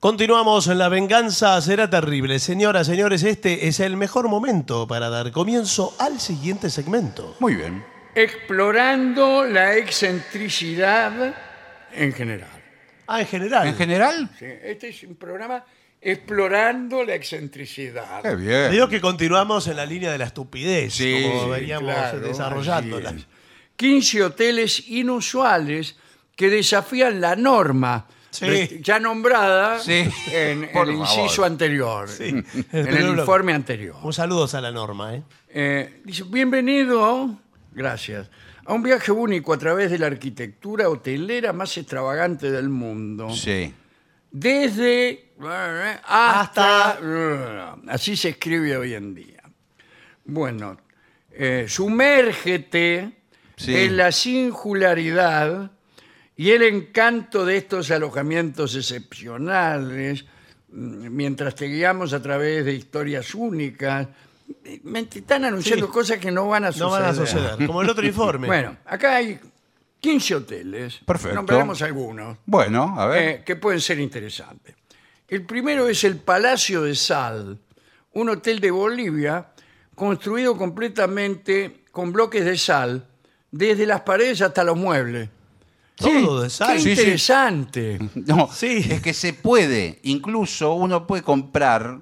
Continuamos en La Venganza Será Terrible. Señoras, señores, este es el mejor momento para dar comienzo al siguiente segmento. Muy bien. Explorando la excentricidad en general. Ah, en general. ¿En general? ¿Sí? Este es un programa explorando la excentricidad. Qué bien. Digo que continuamos en la línea de la estupidez, Sí, como sí, veníamos Claro, desarrollándola. así es. 15 hoteles inusuales que desafían la norma Sí. ya nombrada Sí, en por el favor. inciso anterior, en el Pero informe anterior. Un saludo a la norma, ¿eh? Dice, bienvenido, gracias, a un viaje único a través de la arquitectura hotelera más extravagante del mundo. Sí. Desde hasta... Así se escribe hoy en día. Bueno, sumérgete Sí. en la singularidad y el encanto de estos alojamientos excepcionales mientras te guiamos a través de historias únicas. Me están anunciando Sí. cosas que no van a suceder. No van a suceder, como el otro informe. Bueno, acá hay 15 hoteles. Perfecto. Nombraremos algunos. Bueno, a ver. Que pueden ser interesantes. El primero es el Palacio de Sal, un hotel de Bolivia construido completamente con bloques de sal, desde las paredes hasta los muebles. Todo de ¡Qué sal. Sí, sí. interesante! No, Sí. es que se puede, incluso uno puede comprar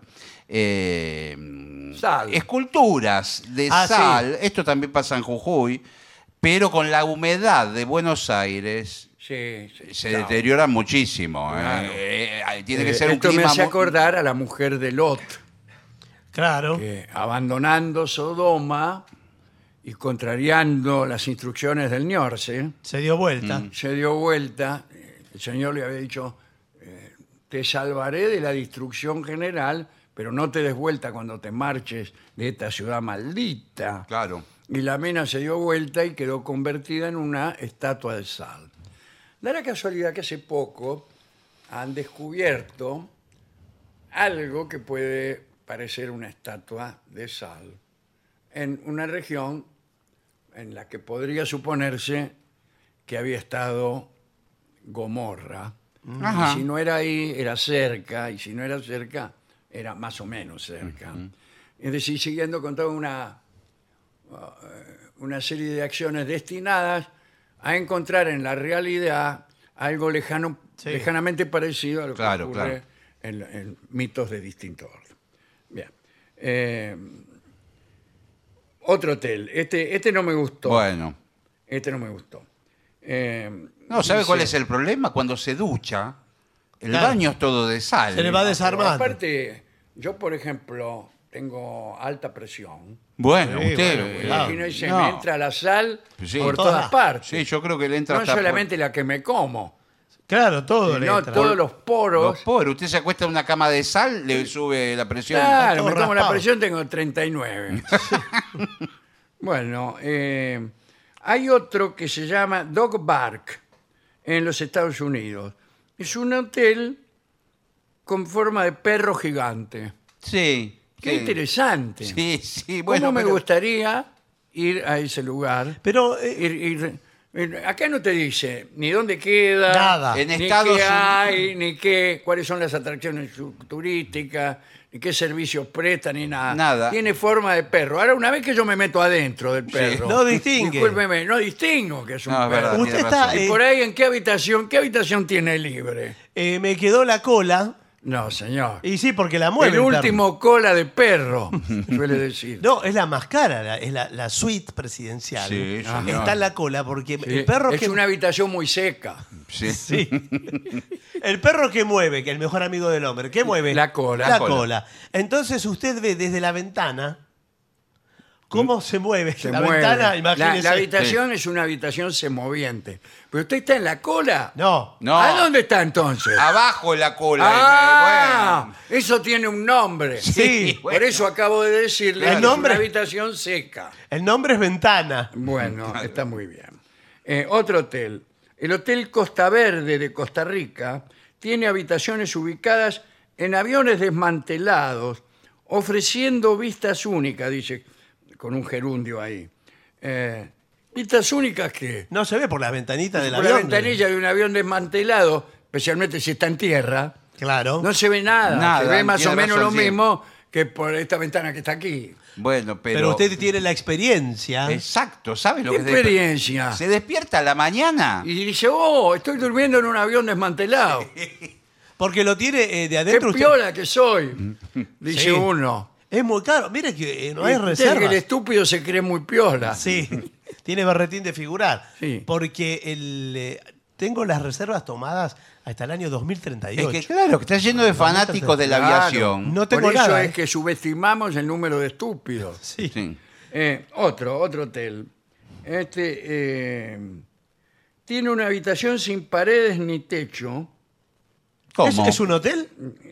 Sal. esculturas de Ah, sal. Esto también pasa en Jujuy, pero con la humedad de Buenos Aires Sí, sí, se claro. deteriora muchísimo. Claro. Tiene que ser un Esto me clima hace muy- acordar a la mujer de Lot, Claro. que abandonando Sodoma y contrariando las instrucciones del Niorce, Se dio vuelta. se dio vuelta. El Señor le había dicho, te salvaré de la destrucción general, pero no te des vuelta cuando te marches de esta ciudad maldita. Claro. Y la mina se dio vuelta y quedó convertida en una estatua de sal. Da la casualidad que hace poco han descubierto algo que puede parecer una estatua de sal en una región en la que podría suponerse que había estado Gomorra. Ajá. Y si no era ahí, era cerca, y si no era cerca, era más o menos cerca. Es decir, siguiendo con toda una serie de acciones destinadas a encontrar en la realidad algo lejano, Sí. lejanamente parecido a lo Claro, que ocurre claro. en mitos de distinto orden. Bien. Otro hotel. Este no me gustó. Bueno. Este no me gustó. No, ¿sabe Dice- cuál es el problema? Cuando se ducha, el Claro. baño es todo de sal. Se le va Pero desarmando. aparte, yo, por ejemplo, tengo alta presión. Bueno, Sí, usted... bueno, cuidado. Imagínese, no. me entra la sal Sí. por Todas. todas partes. Sí, yo creo que le entra No hasta por solamente la que me como, Claro, todo le sino entra. todos los poros. los poros. Usted se acuesta en una cama de sal, le sube la presión. Claro, todo me tomo la raspado. presión, tengo 39. Bueno, hay otro que se llama Dog Bark en los Estados Unidos. Es un hotel con forma de perro gigante. Sí. Qué sí. interesante. Sí, sí, ¿Cómo bueno. me pero- gustaría ir a ese lugar? Pero Acá no te dice ni dónde queda, Nada. En ni Estados qué Unidos- hay, ni qué, cuáles son las atracciones turísticas, ni qué servicios prestan, ni nada. Nada. Tiene forma de perro. Ahora, una vez que yo me meto adentro del perro, No distingue. discúlpeme, no distingo que es un No, es perro. verdad, usted tiene está... razón. Y por ahí, ¿en qué habitación tiene libre? me quedó la cola. No, señor. Y sí, porque la mueve. El perro. último cola de perro, suele decir. No, es la más cara, es la suite presidencial. Sí, Ah, señor. está en la cola porque Sí, el perro es que... una habitación muy seca. Sí. Sí. El perro que mueve, que es el mejor amigo del hombre, ¿qué mueve? La cola. La La cola. cola. Entonces usted ve desde la ventana cómo se mueve. Se la mueve. ventana, imagínese. La habitación es una habitación semoviente. Pero usted está en la cola. No. No. ¿A dónde está entonces? Abajo la cola. Ah, Bueno. eso tiene un nombre. Sí, bueno. Por eso acabo de decirle El que nombre- es una habitación seca. El nombre es ventana. Bueno, está muy bien. Otro hotel. El Hotel Costa Verde de Costa Rica tiene habitaciones ubicadas en aviones desmantelados, ofreciendo vistas únicas, dice, con un gerundio ahí. ¿Vistas únicas qué? No se ve por las ventanitas del Por la avión. ventanilla de un avión desmantelado, especialmente si está en tierra, Claro. No se ve nada, Nada, se ve más tiene o menos razón, lo sí. mismo que por esta ventana que está aquí. Bueno, Pero usted tiene la experiencia. Exacto, ¿sabe lo ¿Qué que experiencia? se despierta a la mañana. Y dice, oh, estoy durmiendo en un avión desmantelado. Porque lo tiene de ¡Qué adentro. usted- piola que soy! Dice Sí. uno. Es muy caro. Mire que no hay Usted, reserva. que el estúpido se cree muy piola. Sí, tiene berretín de figurar. Sí. Porque tengo las reservas tomadas hasta el año 2038. Es que claro, que está lleno de fanáticos de la Claro. aviación. No tengo Por eso nada, es ¿eh? que subestimamos el número de estúpidos. Sí. Sí. Otro hotel. Tiene una habitación sin paredes ni techo. ¿Cómo? ¿Es un hotel?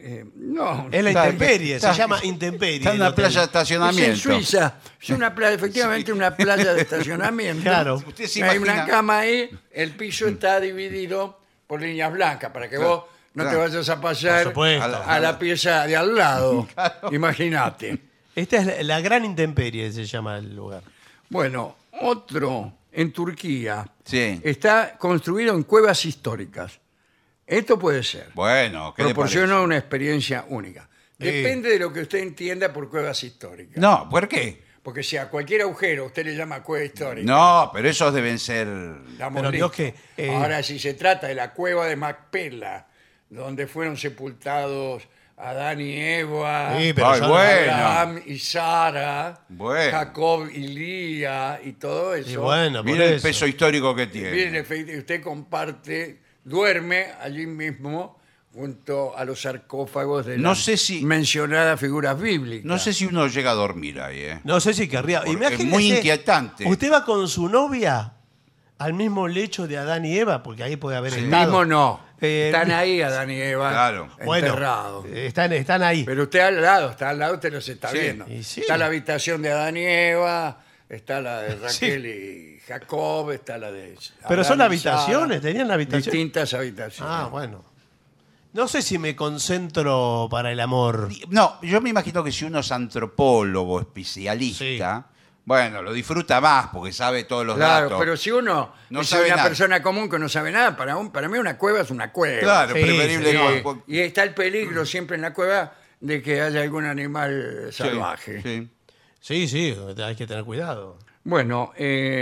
No, Es la Está- intemperie, está- se llama intemperie. Está en el una hotel. playa de es en estacionamiento. Suiza. Es una playa, efectivamente, una playa de estacionamiento. Claro. Usted se Hay imagina- una cama ahí, el piso está dividido por líneas blancas para que vos no te Claro. vayas a pasar Por supuesto. a la pieza de al lado. Imagínate. Esta es la gran intemperie, se llama el lugar. Bueno, otro en Turquía Sí. está construido en cuevas históricas. Esto puede ser. Bueno, ¿qué le Proporciona parece? una experiencia única. Depende de lo que usted entienda por cuevas históricas. No, ¿por qué? Porque si a cualquier agujero usted le llama cueva histórica, No, pero esos deben ser... estamos Pero listos. Dios que, Ahora, si se trata de la cueva de Macpela, donde fueron sepultados Adán y Eva, Sí, pero Ay, ya- bueno. Abraham y Sara, Bueno. Jacob y Lía y todo eso. Y bueno, por Mire el eso. peso histórico que tiene. Bien, usted comparte, duerme allí mismo junto a los sarcófagos de No las sé si- mencionadas figuras bíblicas. No sé si uno llega a dormir ahí, ¿eh? No sé si querría. Porque es Imagínese, muy inquietante. Usted va con su novia al mismo lecho de Adán y Eva, porque ahí puede haber El estado. mismo no. Eh, Están ahí Adán y Eva Claro. Bueno, enterrados. están ahí. Pero usted al lado, está al lado, usted los está Sí, viendo. y sí. Está la habitación de Adán y Eva, está la de Raquel Sí. y Jacob, está la de... Pero Adán son y habitaciones, Sara. tenían habitaciones. Distintas habitaciones. Ah, bueno. No sé si me concentro para el amor. No, yo me imagino que si uno es antropólogo, especialista, bueno, lo disfruta más porque sabe todos los Claro, datos. pero si uno No es sabe una nada. persona común que no sabe nada, para mí una cueva es una cueva. Claro, Sí, preferible señor. Y está el peligro siempre en la cueva de que haya algún animal Sí, salvaje. sí. Sí, hay que tener cuidado. Bueno,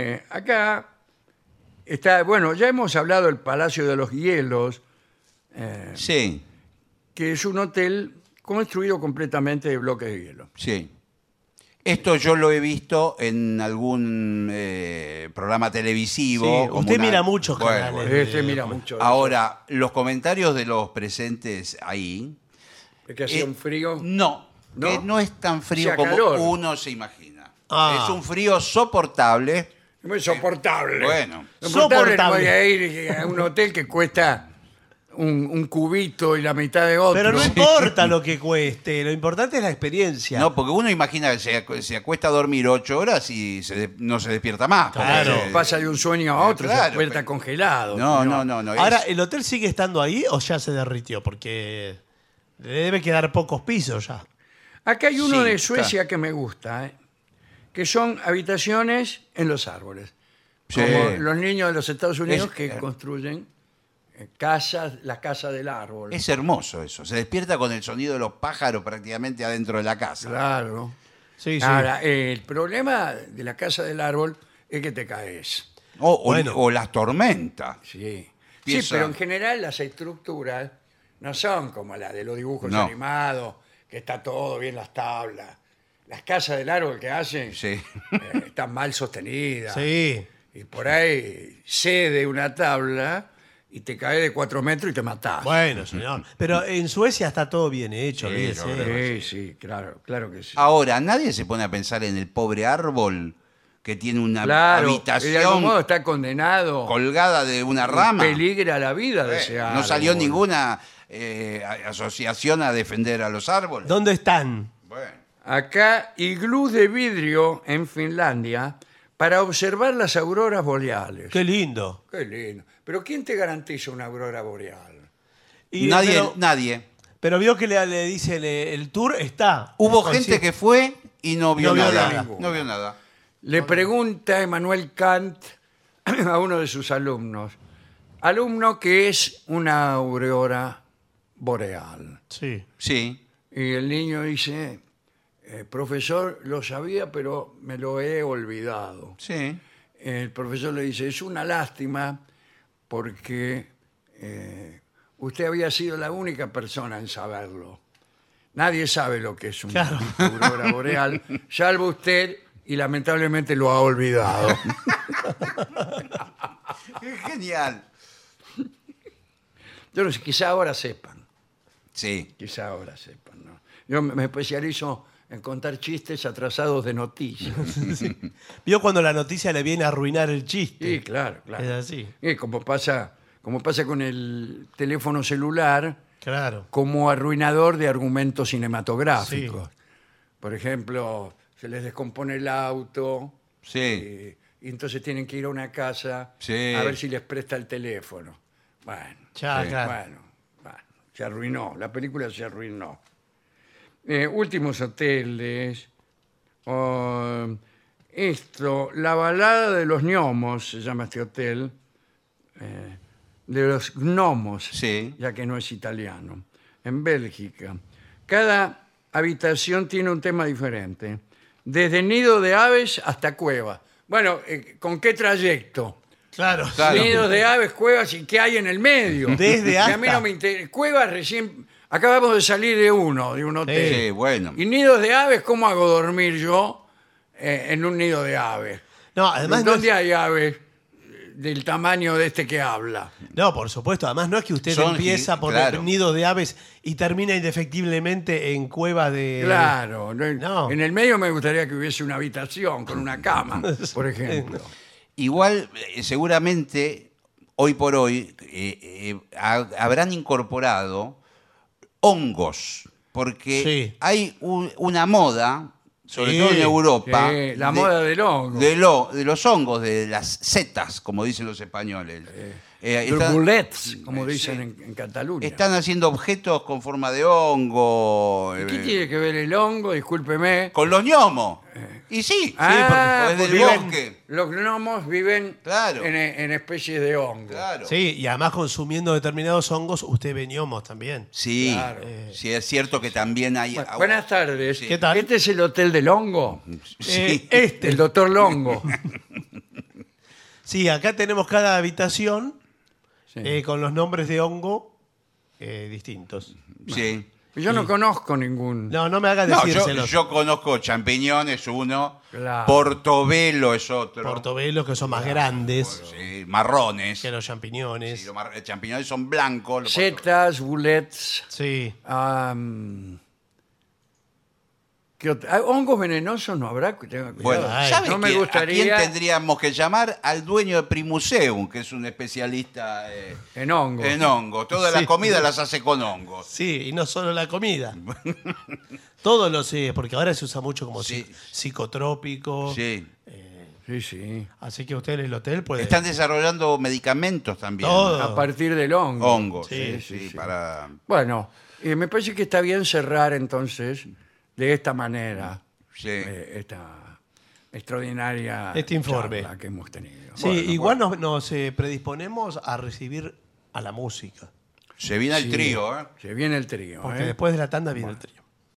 acá está, bueno, ya hemos hablado del Palacio de los Hielos, Sí, que es un hotel construido completamente de bloques de hielo. sí. Esto yo lo he visto en algún programa televisivo. Sí, como usted una- mira muchos Bueno, canales. bueno. Este mira mucho. de Ahora, los comentarios de los presentes ahí... eso. ¿Es que hacía un frío? No, ¿No? que no es tan frío Hacía como calor. uno se imagina. Ah. Es un frío soportable. Muy soportable. Bueno. Soportable. No voy Soportable. a ir a un hotel que cuesta un cubito y la mitad de otro. Pero no importa lo que cueste, lo importante es la experiencia. No, porque uno imagina que se acuesta a dormir 8 horas y no se despierta más. Claro. porque- Pasa de un sueño a otro, Claro, se despierta pero- congelado. No, señor. no. Ahora, ¿el hotel sigue estando ahí o ya se derritió? Porque le debe quedar pocos pisos ya. Acá hay uno Sí, de Suecia que me gusta, que son habitaciones en los árboles. Sí. Como los niños de los Estados Unidos Es- que construyen casas, la casa del árbol. Es hermoso eso. Se despierta con el sonido de los pájaros prácticamente adentro de la casa. Claro. Sí, sí. Ahora, el problema de la casa del árbol es que te caes. Bueno. O las tormentas. Sí. Piensa- Sí, pero en general las estructuras no son como las de los dibujos No. animados, que está todo bien las tablas. Las casas del árbol que hacen Sí. están mal sostenidas. Sí. Y por ahí cede una tabla y te cae de 4 metros y te matás. Bueno, señor. Pero en Suecia está todo bien hecho, Sí, olvídese. yo creo Sí, sí, claro, claro que sí. Ahora, nadie se pone a pensar en el pobre árbol que tiene una Claro, y de algún habitación modo está condenado. colgada de una rama. Peligra la vida de ese árbol. No salió ninguna asociación a defender a los árboles. ¿Dónde están? Bueno, Acá, iglús de vidrio en Finlandia para observar las auroras boreales. Qué lindo. Qué lindo. Pero ¿quién te garantiza una aurora boreal? nadie. Pero vio que le dice el tour está. Hubo Con gente sí- que fue y no vio No vio nada. nada. No vio nada. Le pregunta Emmanuel Kant a uno de sus alumnos. Alumno, ¿qué es una aurora boreal. Sí. Sí. Y el niño dice, profesor, lo sabía, pero me lo he olvidado. Sí. El profesor le dice, es una lástima porque usted había sido la única persona en saberlo. Nadie sabe lo que es una Claro. aurora boreal, salvo usted, y lamentablemente lo ha olvidado. Qué genial. Yo no sé, quizá ahora sepan. Sí. Quizá ahora sepan, ¿no? Yo me especializo en contar chistes atrasados de noticias. ¿Vio cuando la noticia le viene a arruinar el chiste? Sí, claro, claro. Es así. Y como pasa con el teléfono celular, Claro. como arruinador de argumentos cinematográficos. Sí. Por ejemplo, se les descompone el auto Sí. y entonces tienen que ir a una casa Sí. a ver si les presta el teléfono. Bueno, Ya, Sí. claro. bueno, se arruinó, la película se arruinó. Últimos hoteles. La balada de los gnomos, se llama este hotel. De los gnomos, Sí. ya que no es italiano, en Bélgica. Cada habitación tiene un tema diferente, desde nido de aves hasta cueva. Bueno, ¿con qué trayecto? Claro. Claro. Nidos de aves, cuevas y qué hay en el medio. Desde Y a mí hasta. no me interesa. Cuevas recién... Acabamos de salir de un hotel. Sí, bueno. Y nidos de aves, ¿cómo hago dormir yo en un nido de aves? No, además no ¿Dónde es- hay aves del tamaño de este que habla? No, por supuesto. Además, no es que usted Son empieza por claro. nido de aves y termina indefectiblemente en cueva de. Claro, No. en el medio me gustaría que hubiese una habitación con una cama, por ejemplo. Igual, seguramente, hoy por hoy, habrán incorporado hongos, porque Sí. hay una moda, sobre Sí, todo en Europa, sí, la moda del hongo. de los hongos, de las setas, como dicen los españoles. Los bullets, como sí. dicen en Cataluña. Están haciendo objetos con forma de hongo. ¿Qué tiene que ver el hongo? Discúlpeme. Con los gnomos. Y sí, porque es del viven- bosque. Los gnomos viven Claro. en especies de hongo. Claro. Sí, y además consumiendo determinados hongos, usted ve gnomos también. Sí, Claro. sí, es cierto que también hay. Bueno, buenas tardes. Sí. ¿Qué tal? ¿Este es el hotel del hongo? Sí. Este. El doctor Longo. Sí, acá tenemos cada habitación Sí. con los nombres de hongo distintos. Sí. Yo no conozco ningún. No, no me haga No, decírselos. yo conozco champiñones uno, Claro. portobelo es otro. Portobelos que son más grandes Sí, marrones. que los champiñones. Sí, los champiñones son blancos. los Setas, bullets. Sí. ¿Hongos venenosos no habrá? Tenga cuidado. Bueno, Ay, ¿sabe no me a quién gustaría tendríamos que llamar? Al dueño de Primuseum, que es un especialista en hongos. en hongo. Todas Sí. las comidas las hace con hongos. Sí, y no solo la comida. Todo lo sé, porque ahora se usa mucho como Sí. psicotrópico. Sí. Sí, sí. Así que usted en el hotel puede. Están desarrollando medicamentos también. Todo. A partir del hongo. Hongos, Sí, sí, para... Bueno, me parece que está bien cerrar entonces de esta manera Sí. esta extraordinaria Este informe. charla que hemos tenido. Sí, Bueno, igual nos predisponemos a recibir a la música. Se viene el trío, ¿eh? se viene el trío. Porque ¿eh? después de la tanda viene el trío.